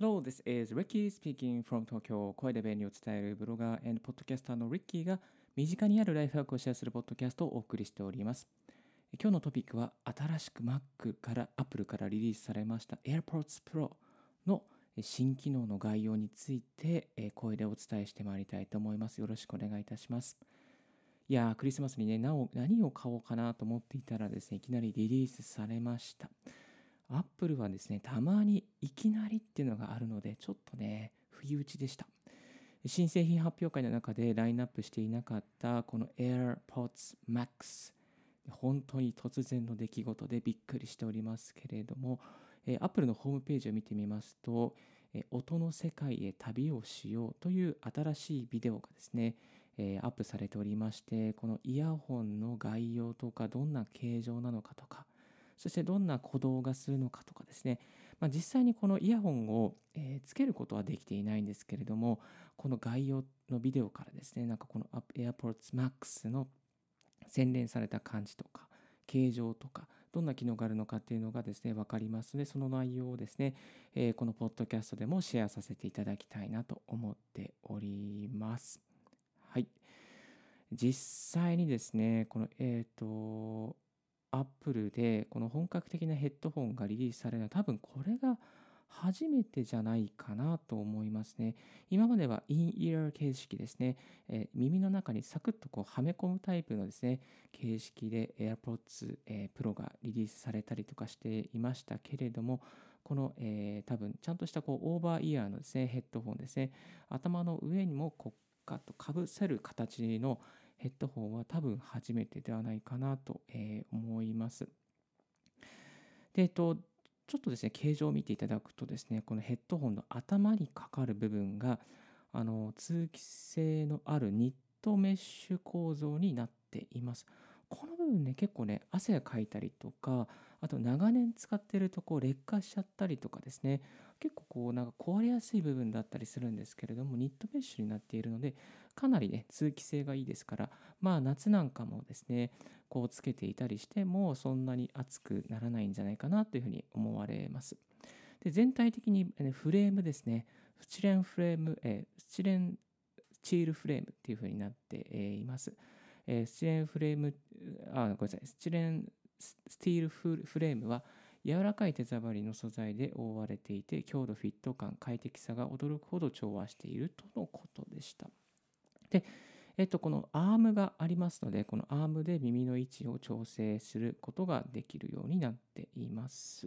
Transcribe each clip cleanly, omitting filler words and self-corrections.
Hello, this is Ricky speaking from Tokyo. 声で便利を伝えるブロガー and ポッドキャスターの Ricky が身近にあるライフハックをシェアするポッドキャストをお送りしております。今日のトピックは新しく Mac から Apple からリリースされました AirPods Pro の新機能の概要について声でお伝えしてまいりたいと思います。よろしくお願いいたします。いやー、クリスマスにね、何を買おうかなと思っていたらですね、いきなりリリースされました。アップルはですね、たまにいきなりっていうのがあるので、ちょっとね、不意打ちでした。新製品発表会の中でラインナップしていなかったこの AirPods Max。本当に突然の出来事でびっくりしておりますけれども、Apple のホームページを見てみますと、音の世界へ旅をしようという新しいビデオがですね、アップされておりまして、このイヤホンの概要とか、どんな形状なのかとか、そしてどんな鼓動がするのかとかですね、実際にこのイヤホンを、つけることはできていないんですけれども、この概要のビデオからですね、なんかこの AirPods Max の洗練された感じとか、形状とか、どんな機能があるのかっていうのがですね、わかりますので、その内容をですね、このポッドキャストでもシェアさせていただきたいなと思っております。はい。実際にですね、このApple でこの本格的なヘッドホンがリリースされるのは多分これが初めてじゃないかなと思いますね。今まではインイヤー形式ですね、耳の中にサクッとこうはめ込むタイプのですね、形式で AirPods、Pro がリリースされたりとかしていましたけれども、この、多分ちゃんとしたこうオーバーイヤーのですね、ヘッドホンですね、頭の上にもこうガッとかぶせる形のヘッドホンは多分初めてではないかなと思います。で、ちょっとですね、形状を見ていただくとですね、このヘッドホンの頭にかかる部分が、通気性のあるニットメッシュ構造になっています。この部分ね、結構ね、汗がかいたりとか、あと長年使ってるとこう劣化しちゃったりとかですね、結構こうなんか壊れやすい部分だったりするんですけれども、ニットメッシュになっているので、かなりね、通気性がいいですから、夏なんかもですね、こうつけていたりしても、そんなに熱くならないんじゃないかなというふうに思われます。で、全体的にフレームですね、スチレンフレーム、スチレンチールフレームっていうふうになっています。スチレンフレーム、ごめんなさい、スチレンスティールフレームは柔らかい手触りの素材で覆われていて、強度、フィット感、快適さが驚くほど調和しているとのことでした。で、このアームがありますので、このアームで耳の位置を調整することができるようになっています。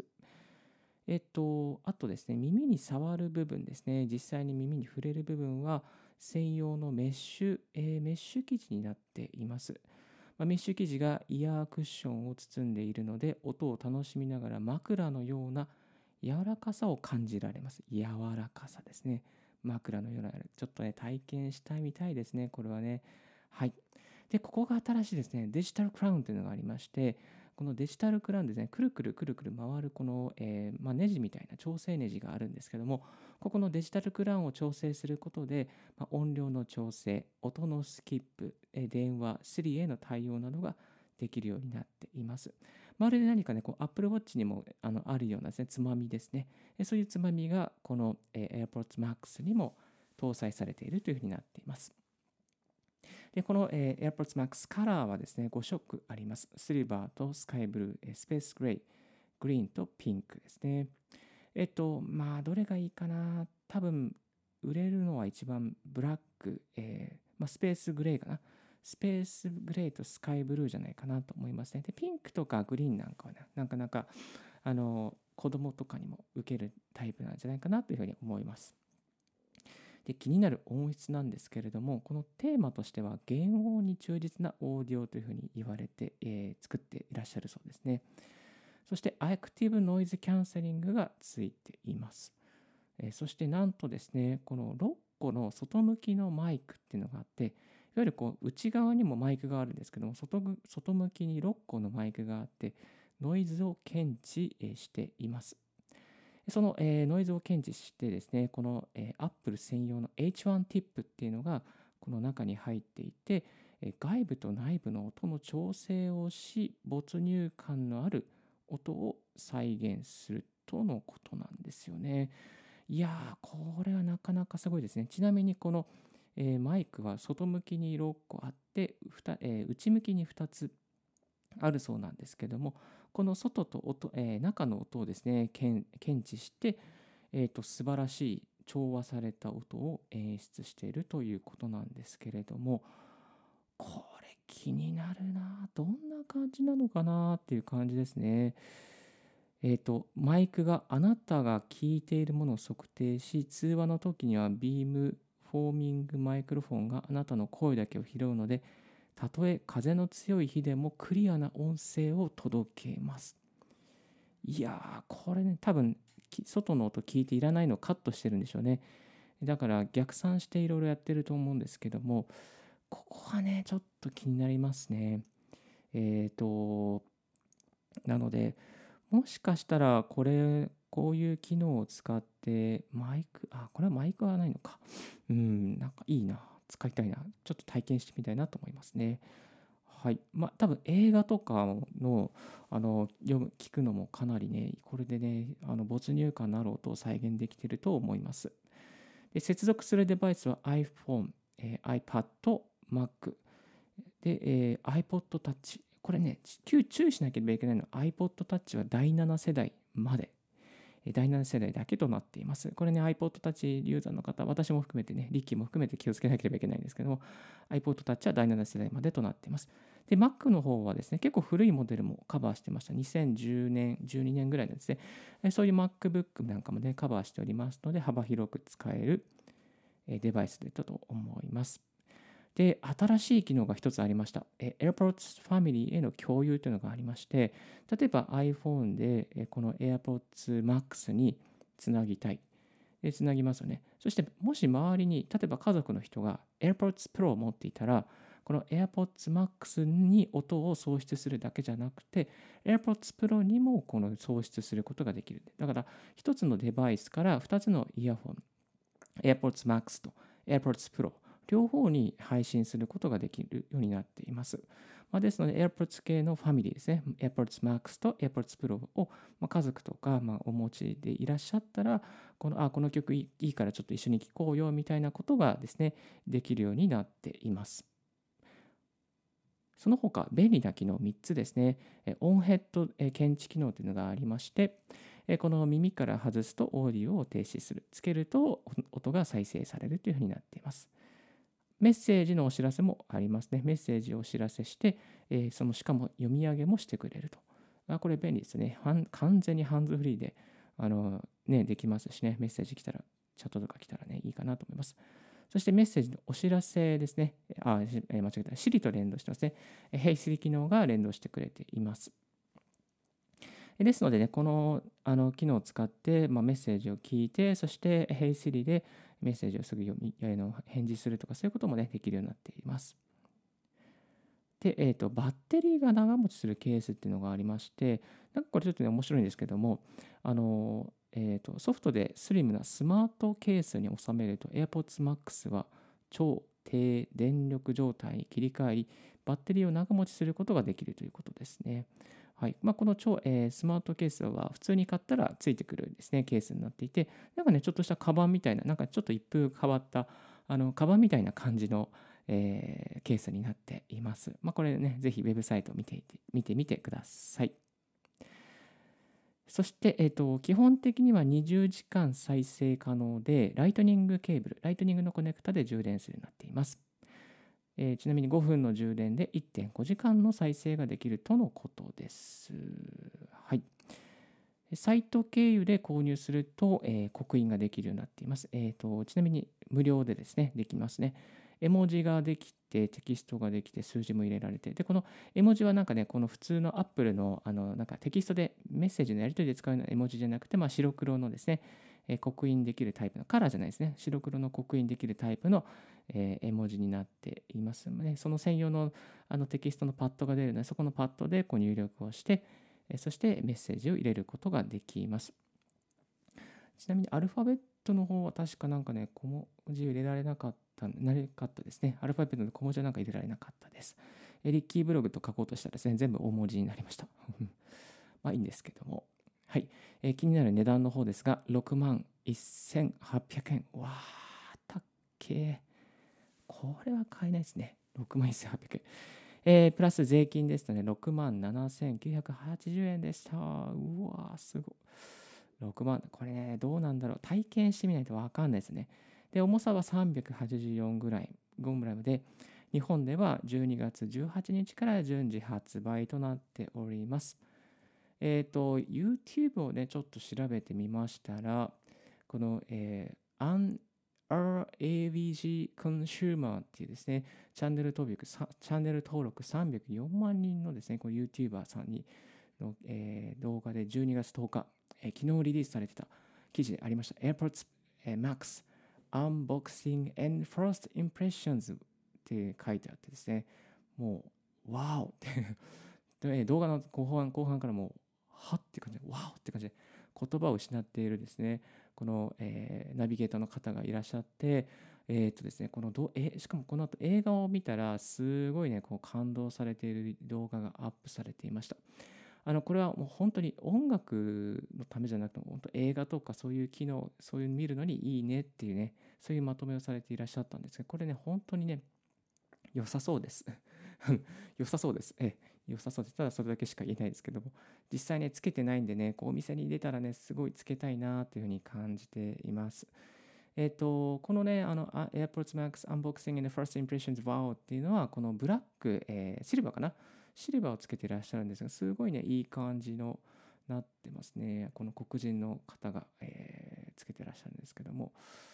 あとですね、耳に触る部分ですね、実際に耳に触れる部分は、専用のメッシュ、メッシュ生地になっています。メッシュ生地がイヤークッションを包んでいるので、音を楽しみながら枕のような柔らかさを感じられます。柔らかさですね。枕のような、ちょっとね、体験したいみたいですね、これはね。はい。で、ここが新しいですね、デジタルクラウンというのがありまして、このデジタルクラウンですね、くるくるくるくる回るこの、ネジみたいな調整ネジがあるんですけども、ここのデジタルクラウンを調整することで、音量の調整、音のスキップ、電話、Siri への対応などができるようになっています。まるで何かね、こう Apple Watch にもあるようなですね、つまみですね。そういうつまみがこの AirPods Max にも搭載されているというふうになっています。で、この、AirPods Max カラーはですね、5色あります。シルバーとスカイブルー、スペースグレイ、グリーンとピンクですね。どれがいいかな。多分、売れるのは一番ブラック、スペースグレーかな。スペースグレーとスカイブルーじゃないかなと思いますね。で、ピンクとかグリーンなんかはね、なかなか、子供とかにも受けるタイプなんじゃないかなというふうに思います。で、気になる音質なんですけれども、このテーマとしては、原音に忠実なオーディオというふうに言われて、作っていらっしゃるそうですね。そして、アクティブノイズキャンセリングがついています。そして、なんとですね、この6個の外向きのマイクっていうのがあって、いわゆるこう内側にもマイクがあるんですけども、外向きに6個のマイクがあって、ノイズを検知しています。その、ノイズを検知してですね、この、Apple 専用の H1 ティップっていうのがこの中に入っていて、外部と内部の音の調整をし、没入感のある音を再現するとのことなんですよね。 いやー、これはなかなかすごいですね。ちなみにこの、マイクは外向きに6個あって、内向きに2つあるそうなんですけども、この外と中の音をですね、検知して、素晴らしい調和された音を演出しているということなんですけれども、これ気になるな。どんな感じなのかなっていう感じですね。マイクがあなたが聞いているものを測定し、通話の時にはビームフォーミングマイクロフォンがあなたの声だけを拾うので、たとえ風の強い日でもクリアな音声を届けます。いやー、これね、多分、外の音聞いていらないのをカットしてるんでしょうね。だから逆算していろいろやってると思うんですけども、ここはね、ちょっと気になりますね。えっと、なので、もしかしたらこういう機能を使ってこれはマイクはないのか。なんかいいな。使いたいな。ちょっと体験してみたいなと思いますね。はい。多分映画とかの、聞くのもかなりね、これでね、没入感のある音を再現できていると思います。で、接続するデバイスは iPhone、iPad、Mac、で、iPod Touch。これね、注意しなければいけないのは iPod Touch は第7世代まで、第7世代だけとなっています。これね、iPod Touch ユーザーの方、私も含めてね、リッキーも含めて気をつけなければいけないんですけども、iPod Touch は第7世代までとなっています。で、Mac の方はですね、結構古いモデルもカバーしてました。2010年、12年ぐらいのですね、そういう MacBook なんかもね、カバーしておりますので、幅広く使えるデバイスだと思います。で、新しい機能が一つありました。AirPods Family への共有というのがありまして、例えば iPhone でこの AirPods Max につなぎたい。つなぎますよね。そして、もし周りに、例えば家族の人が AirPods Pro を持っていたら、この AirPods Max に音を送出するだけじゃなくて、AirPods Pro にもこの送出することができる。だから、一つのデバイスから2つのイヤホン、AirPods Max と AirPods Pro、両方に配信することができるようになっています。ですので、AirPods 系のファミリーですね、AirPods Max と AirPods Pro を家族とかお持ちでいらっしゃったら、この曲いいからちょっと一緒に聴こうよみたいなことがですね、できるようになっています。その他、便利な機能3つですね。オンヘッド検知機能というのがありまして、この耳から外すとオーディオを停止する。つけると音が再生されるというふうになっています。メッセージのお知らせもありますね。メッセージをお知らせして、しかも読み上げもしてくれると。これ便利ですね。完全にハンズフリーで、できますしね。メッセージ来たら、チャットとか来たらね、いいかなと思います。そしてメッセージのお知らせですね。間違えた。Siri と連動してますね。Hey Siri 機能が連動してくれています。ですのでね、この機能を使って、メッセージを聞いて、そして Hey Siri でメッセージをすぐ返事するとか、そういうこともね、できるようになっています。で、バッテリーが長持ちするケースっていうのがありまして、なんかこれちょっとね、面白いんですけども、ソフトでスリムなスマートケースに収めると AirPods Max は超低電力状態に切り替えり、バッテリーを長持ちすることができるということですね。はい。このスマートケースは普通に買ったらついてくるですね、ケースになっていて、なんかね、ちょっとしたカバンみたいな、なんかちょっと一風変わった、カバンみたいな感じの、ケースになっています。これね、ぜひウェブサイトを見てみてください。そして、基本的には20時間再生可能で、ライトニングのコネクタで充電するようになっています。ちなみに5分の充電で 1.5 時間の再生ができるとのことです。はい。サイト経由で購入すると、刻印ができるようになっています。ちなみに無料でですね、できますね。絵文字ができて、テキストができて、数字も入れられて、で、この絵文字はなんかね、この普通の Apple の、なんかテキストでメッセージのやり取りで使うような絵文字じゃなくて、白黒のですね、刻印できるタイプの、カラーじゃないですね、白黒の刻印できるタイプの、絵文字になっていますので、その専用のテキストのパッドが出るので、そこのパッドで入力をして、そしてメッセージを入れることができます。ちなみにアルファベットの方は確かなんかね、小文字を入れられなかったですね。アルファベットの小文字はなんか入れられなかったです。リッキーブログと書こうとしたらですね、全部大文字になりました。いいんですけども。はい、気になる値段の方ですが、6万 1800円。わー、たっけー。これは買えないですね。61,800円。プラス税金ですとね、67,980円でした。うわー、すごい。6万。これね、どうなんだろう。体験してみないとわかんないですね。で、重さは384グラムで、日本では12月18日から順次発売となっております。YouTube をね、ちょっと調べてみましたら、この、RAVG Consumer っていうですね、チャンネル登録304万人のですね、この YouTuber さんの、動画で12月10日、昨日リリースされてた記事でありました AirPods Max Unboxing and First Impressions って書いてあってですね、もう、ワオってで動画の後半からもう、はって感じで、ワオって感じで、言葉を失っているですね、この、ナビゲーターの方がいらっしゃって、ですね、しかもこの後映画を見たら、すごいね、こう感動されている動画がアップされていました。これはもう本当に音楽のためじゃなくても、本当映画とかそういう機能、そういうの見るのにいいねっていうね、そういうまとめをされていらっしゃったんですが、これね、本当にね、良さそうです。良さそうです。良さそうです。ただそれだけしか言えないですけども、実際ね、つけてないんでね、こうお店に出たらね、すごいつけたいなというふうに感じています。このね、AirPods Max Unboxing and First Impressions Wow っていうのは、このブラック、シルバーかなシルバーをつけていらっしゃるんですが、すごいね、いい感じのなってますね。この黒人の方が、つけてらっしゃるんですけども、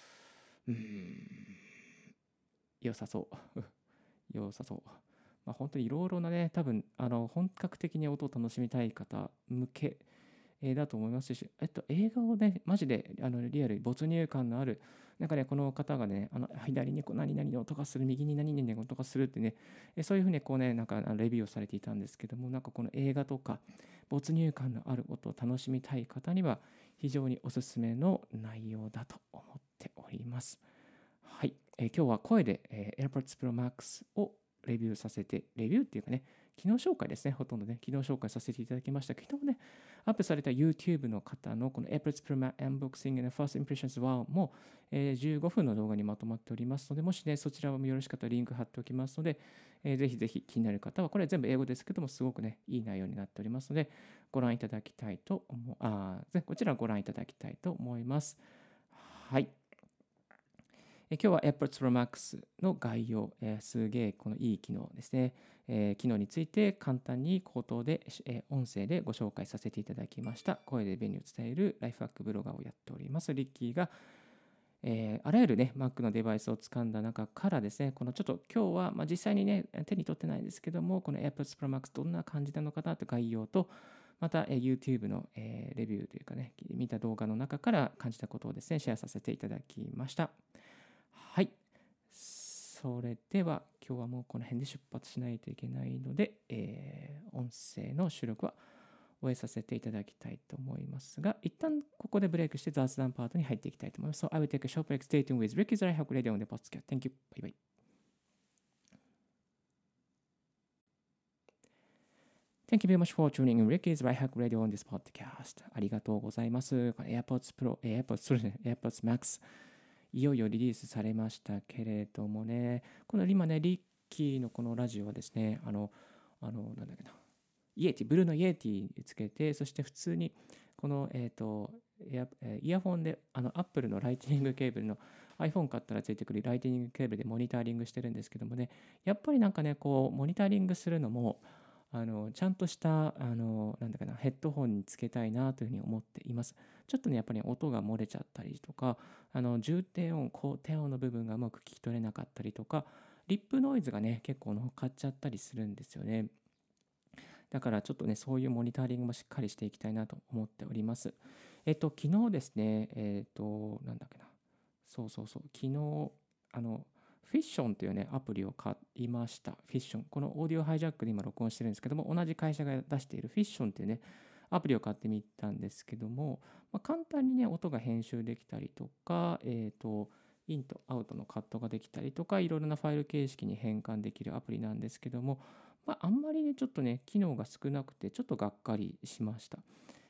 良さそう。良さそう。本当にいろいろなね、多分、本格的に音を楽しみたい方向け、だと思いますし、映画をね、マジでリアルに没入感のある、なんかね、この方がね、左にこう何々の音がする、右に何々の音がするってね、そういうふうにこうね、なんかレビューをされていたんですけども、なんかこの映画とか、没入感のある音を楽しみたい方には、非常におすすめの内容だと思っております。はい、今日は声で、AirPods Pro Max をレビューっていうかね、機能紹介ですね、ほとんどね、機能紹介させていただきました。昨日ね、アップされた YouTube の方のこの AirPods Pro Max Unboxing and First Impressions はもう、15分の動画にまとまっておりますので、もしね、そちらもよろしかったらリンク貼っておきますので、ぜひぜひ気になる方は、これは全部英語ですけども、すごくね、いい内容になっておりますので、ご覧いただきたいと思こちらご覧いただきたいと思います。はい。今日は AirPods Pro Max の概要、すげえこのいい機能ですね、機能について簡単に口頭で、音声でご紹介させていただきました。声で便利を伝えるライフハックブロガーをやっておりますリッキーが、あらゆるね Mac のデバイスを掴んだ中からですね、このちょっと今日は、実際にね手に取ってないんですけども、この AirPods Pro Max どんな感じなのかなという概要と、また、YouTube の、レビューというかね、見た動画の中から感じたことをですね、シェアさせていただきました。はい。それでは今日はもうこの辺で出発しないといけないので、音声の収録は終えさせていただきたいと思いますが、一旦ここでブレイクして雑談パートに入っていきたいと思います。So I will take a short break. Stay tuned with Ricky's Life Hack Radio on the podcast. Thank you. Bye bye. Thank you very much for tuning in Ricky's Life Hack Radio on this podcast. ありがとうございます。AirPods Max。いよいよリリースされましたけれどもね、この今ね、リッキーのこのラジオはですね、なんだっけな、ブルーのイエティにつけて、そして普通にこの、イヤホンで、Apple のライトニングケーブルの iPhone 買ったらついてくるライトニングケーブルでモニタリングしてるんですけどもね、やっぱりなんかね、こう、モニタリングするのも、ちゃんとしたヘッドホンにつけたいなというふうに思っています。ちょっとね、やっぱり音が漏れちゃったりとか、重低音、高低音の部分がうまく聞き取れなかったりとか、リップノイズがね、結構乗っかっちゃったりするんですよね。だからちょっとね、そういうモニタリングもしっかりしていきたいなと思っております。昨日ですね、なんだっけな。昨日、フィッションというね、アプリを買いました。フィッション。このオーディオハイジャックで今録音してるんですけども、同じ会社が出しているフィッションというね、アプリを買ってみたんですけども、簡単にね、音が編集できたりとか、インとアウトのカットができたりとか、いろいろなファイル形式に変換できるアプリなんですけども、あんまりね、ちょっとね、機能が少なくて、ちょっとがっかりしました。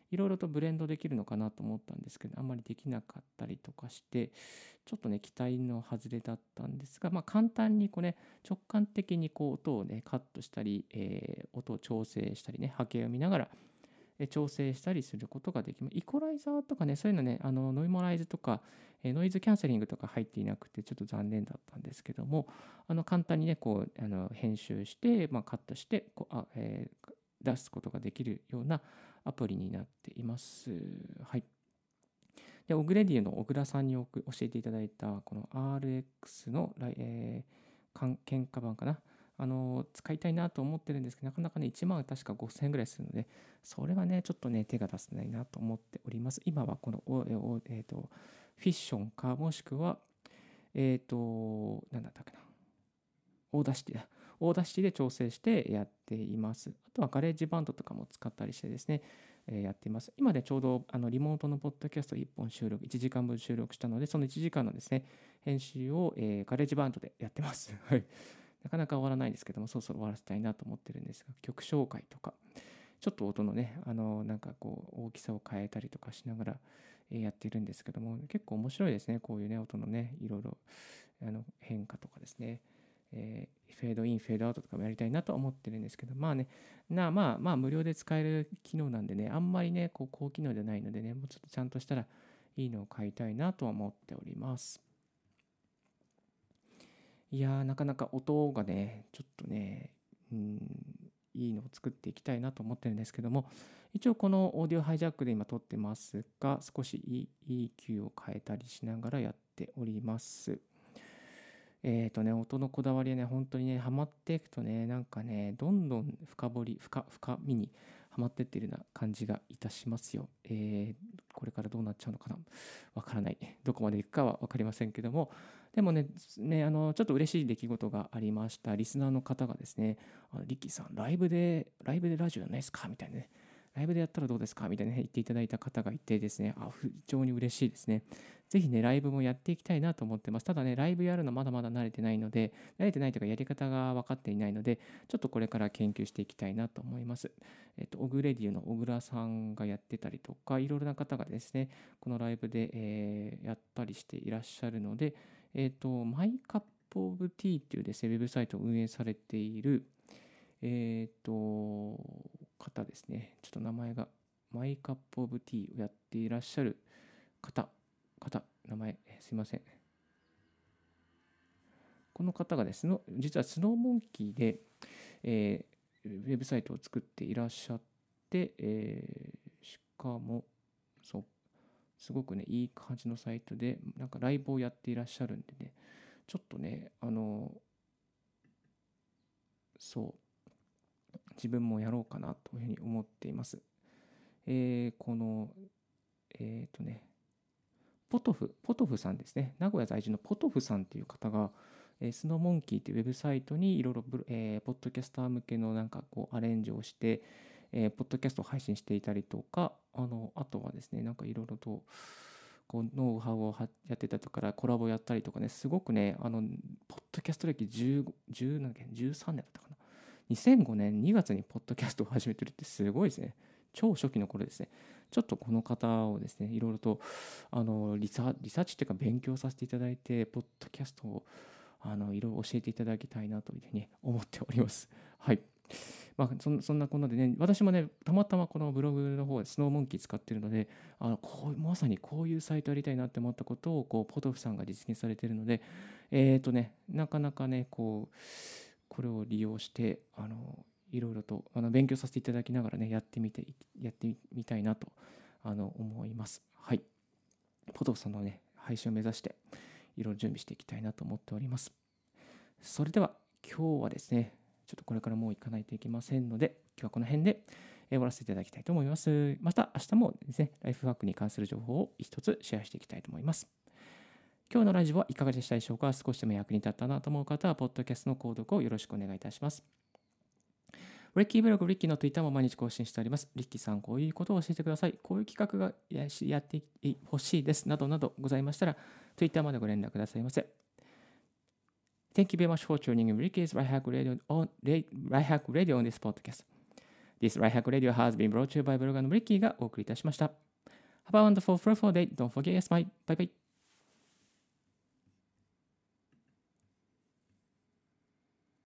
いろいろとブレンドできるのかなと思ったんですけど、あんまりできなかったりとかして、ちょっとね、期待の外れだったんですが、簡単にこうね、直感的にこう音をね、カットしたり、音を調整したりね、波形を見ながら、調整したりすることができます。イコライザーとかね、そういうのね、ノイモライズとか、ノイズキャンセリングとか入っていなくて、ちょっと残念だったんですけども、簡単にね、こう、編集して、カットして、出すことができるようなアプリになっています。はい。で、オグレディの小倉さんに教えていただいた、この RX の、喧嘩版かな。使いたいなと思ってるんですけど、なかなかね、1万確か5000円ぐらいするので、それはね、ちょっとね、手が出せないなと思っております。今はこの、フィッションか、もしくは、なんだったっけな、オーダーシティだ。オーダーシティで調整してやっています。あとはガレージバンドとかも使ったりしてですね、やっています。今でちょうどリモートのポッドキャスト1本収録、1時間分収録したので、その1時間のですね、編集を、ガレージバンドでやってます。はい。なかなか終わらないですけども、そろそろ終わらせたいなと思ってるんですが、曲紹介とか、ちょっと音のね、なんかこう、大きさを変えたりとかしながら、やっているんですけども、結構面白いですね、こういうね、音のね、いろいろ変化とかですね。フェードイン、フェードアウトとかもやりたいなと思ってるんですけど、無料で使える機能なんでね、あんまりね、こう高機能じゃないのでね、もうちょっとちゃんとしたらいいのを買いたいなとは思っております。いやー、なかなか音がね、ちょっとね、いいのを作っていきたいなと思ってるんですけども、一応このオーディオハイジャックで今撮ってますが、少し EQ を変えたりしながらやっております。音のこだわりはね、本当にね、ハマっていくとね、なんかね、どんどん深みにはまってっているような感じがいたしますよ。これからどうなっちゃうのかなわからない。どこまでいくかはわかりませんけども、でもね、ちょっと嬉しい出来事がありました。リスナーの方がですね、リッキーさん、ライブでラジオないですかみたいなね。ライブでやったらどうですかみたいな、ね、言っていただいた方がいてですね、非常に嬉しいですね。ぜひね、ライブもやっていきたいなと思ってます。ただね、ライブやるのまだまだ慣れてないので、慣れてないというかやり方が分かっていないので、ちょっとこれから研究していきたいなと思います。オグレディオの小倉さんがやってたりとか、いろいろな方がですね、このライブで、やったりしていらっしゃるので、マイカップオブティーっていうですね、ウェブサイトを運営されている、方ですね。ちょっと名前が、マイカップオブティーをやっていらっしゃる方、名前、すいません。この方がですね、実はスノーモンキーで、ウェブサイトを作っていらっしゃって、しかも、そう、すごくね、いい感じのサイトで、なんかライブをやっていらっしゃるんでね、ちょっとね、そう、自分もやろうかなというふうに思っています。この、ポトフさんですね。名古屋在住のポトフさんっていう方が、スノーモンキーっていうウェブサイトにいろいろポッドキャスター向けのなんかこうアレンジをして、ポッドキャストを配信していたりとか、あとはですね、なんかいろいろとこうノウハウをやってたりとか、コラボやったりとかね、すごくね、ポッドキャスト歴13年だったかな。2005年2月にポッドキャストを始めてるってすごいですね。超初期の頃ですね。ちょっとこの方をですね、いろいろとリサーチっていうか勉強させていただいて、ポッドキャストをいろいろ教えていただきたいなというふうに思っております。はい。そんなこんなでね、私もね、たまたまこのブログの方でスノーモンキー使ってるので、まさにこういうサイトやりたいなって思ったことを、ポトフさんが実現されているので、なかなかね、これを利用して、いろいろと勉強させていただきながらね、やってみたいなと思います。はい。ポトフさんのね、配信を目指して、いろいろ準備していきたいなと思っております。それでは、今日はですね、ちょっとこれからもう行かないといけませんので、今日はこの辺で終わらせていただきたいと思います。また明日もですね、ライフワークに関する情報を一つシェアしていきたいと思います。今日のラジオはいかがでしたでしょうか。少しでも役に立ったなと思う方は、ポッドキャストの購読をよろしくお願いいたします。リッキーブログ、リッキーの Twitter も毎日更新しております。リッキーさん、こういうことを教えてください。こういう企画がやってほしいです。などなどございましたら、Twitter までご連絡くださいませ。Thank you very much for tuning in Ricky's Right Hack Radio on this podcast. This Right Hack Radio has been brought to you by ブロガーのリッキーがお送りいたしました。Have a wonderful fruitful day. Don't forget your smile. Bye bye.